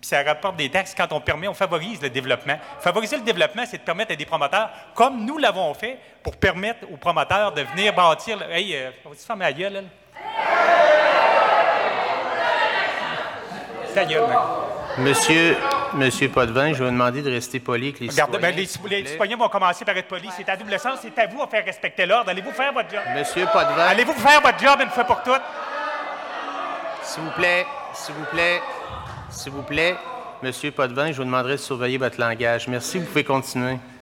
puis ça rapporte des taxes. Quand on favorise le développement. Favoriser le développement, c'est de permettre à des promoteurs, comme nous l'avons fait, pour permettre aux promoteurs de venir bâtir... Hey, vas-y, ferme la gueule, là. Ta gueule, mec. Monsieur Potvin, je vais vous demander de rester poli avec les Regardez, citoyens. les citoyens vont commencer par être polis. C'est à double sens. C'est à vous de faire respecter l'ordre. Allez-vous faire votre job. Monsieur Potvin. Allez-vous faire votre job une fois pour toutes. S'il vous plaît, Monsieur Potvin, je vous demanderai de surveiller votre langage. Merci, vous pouvez continuer.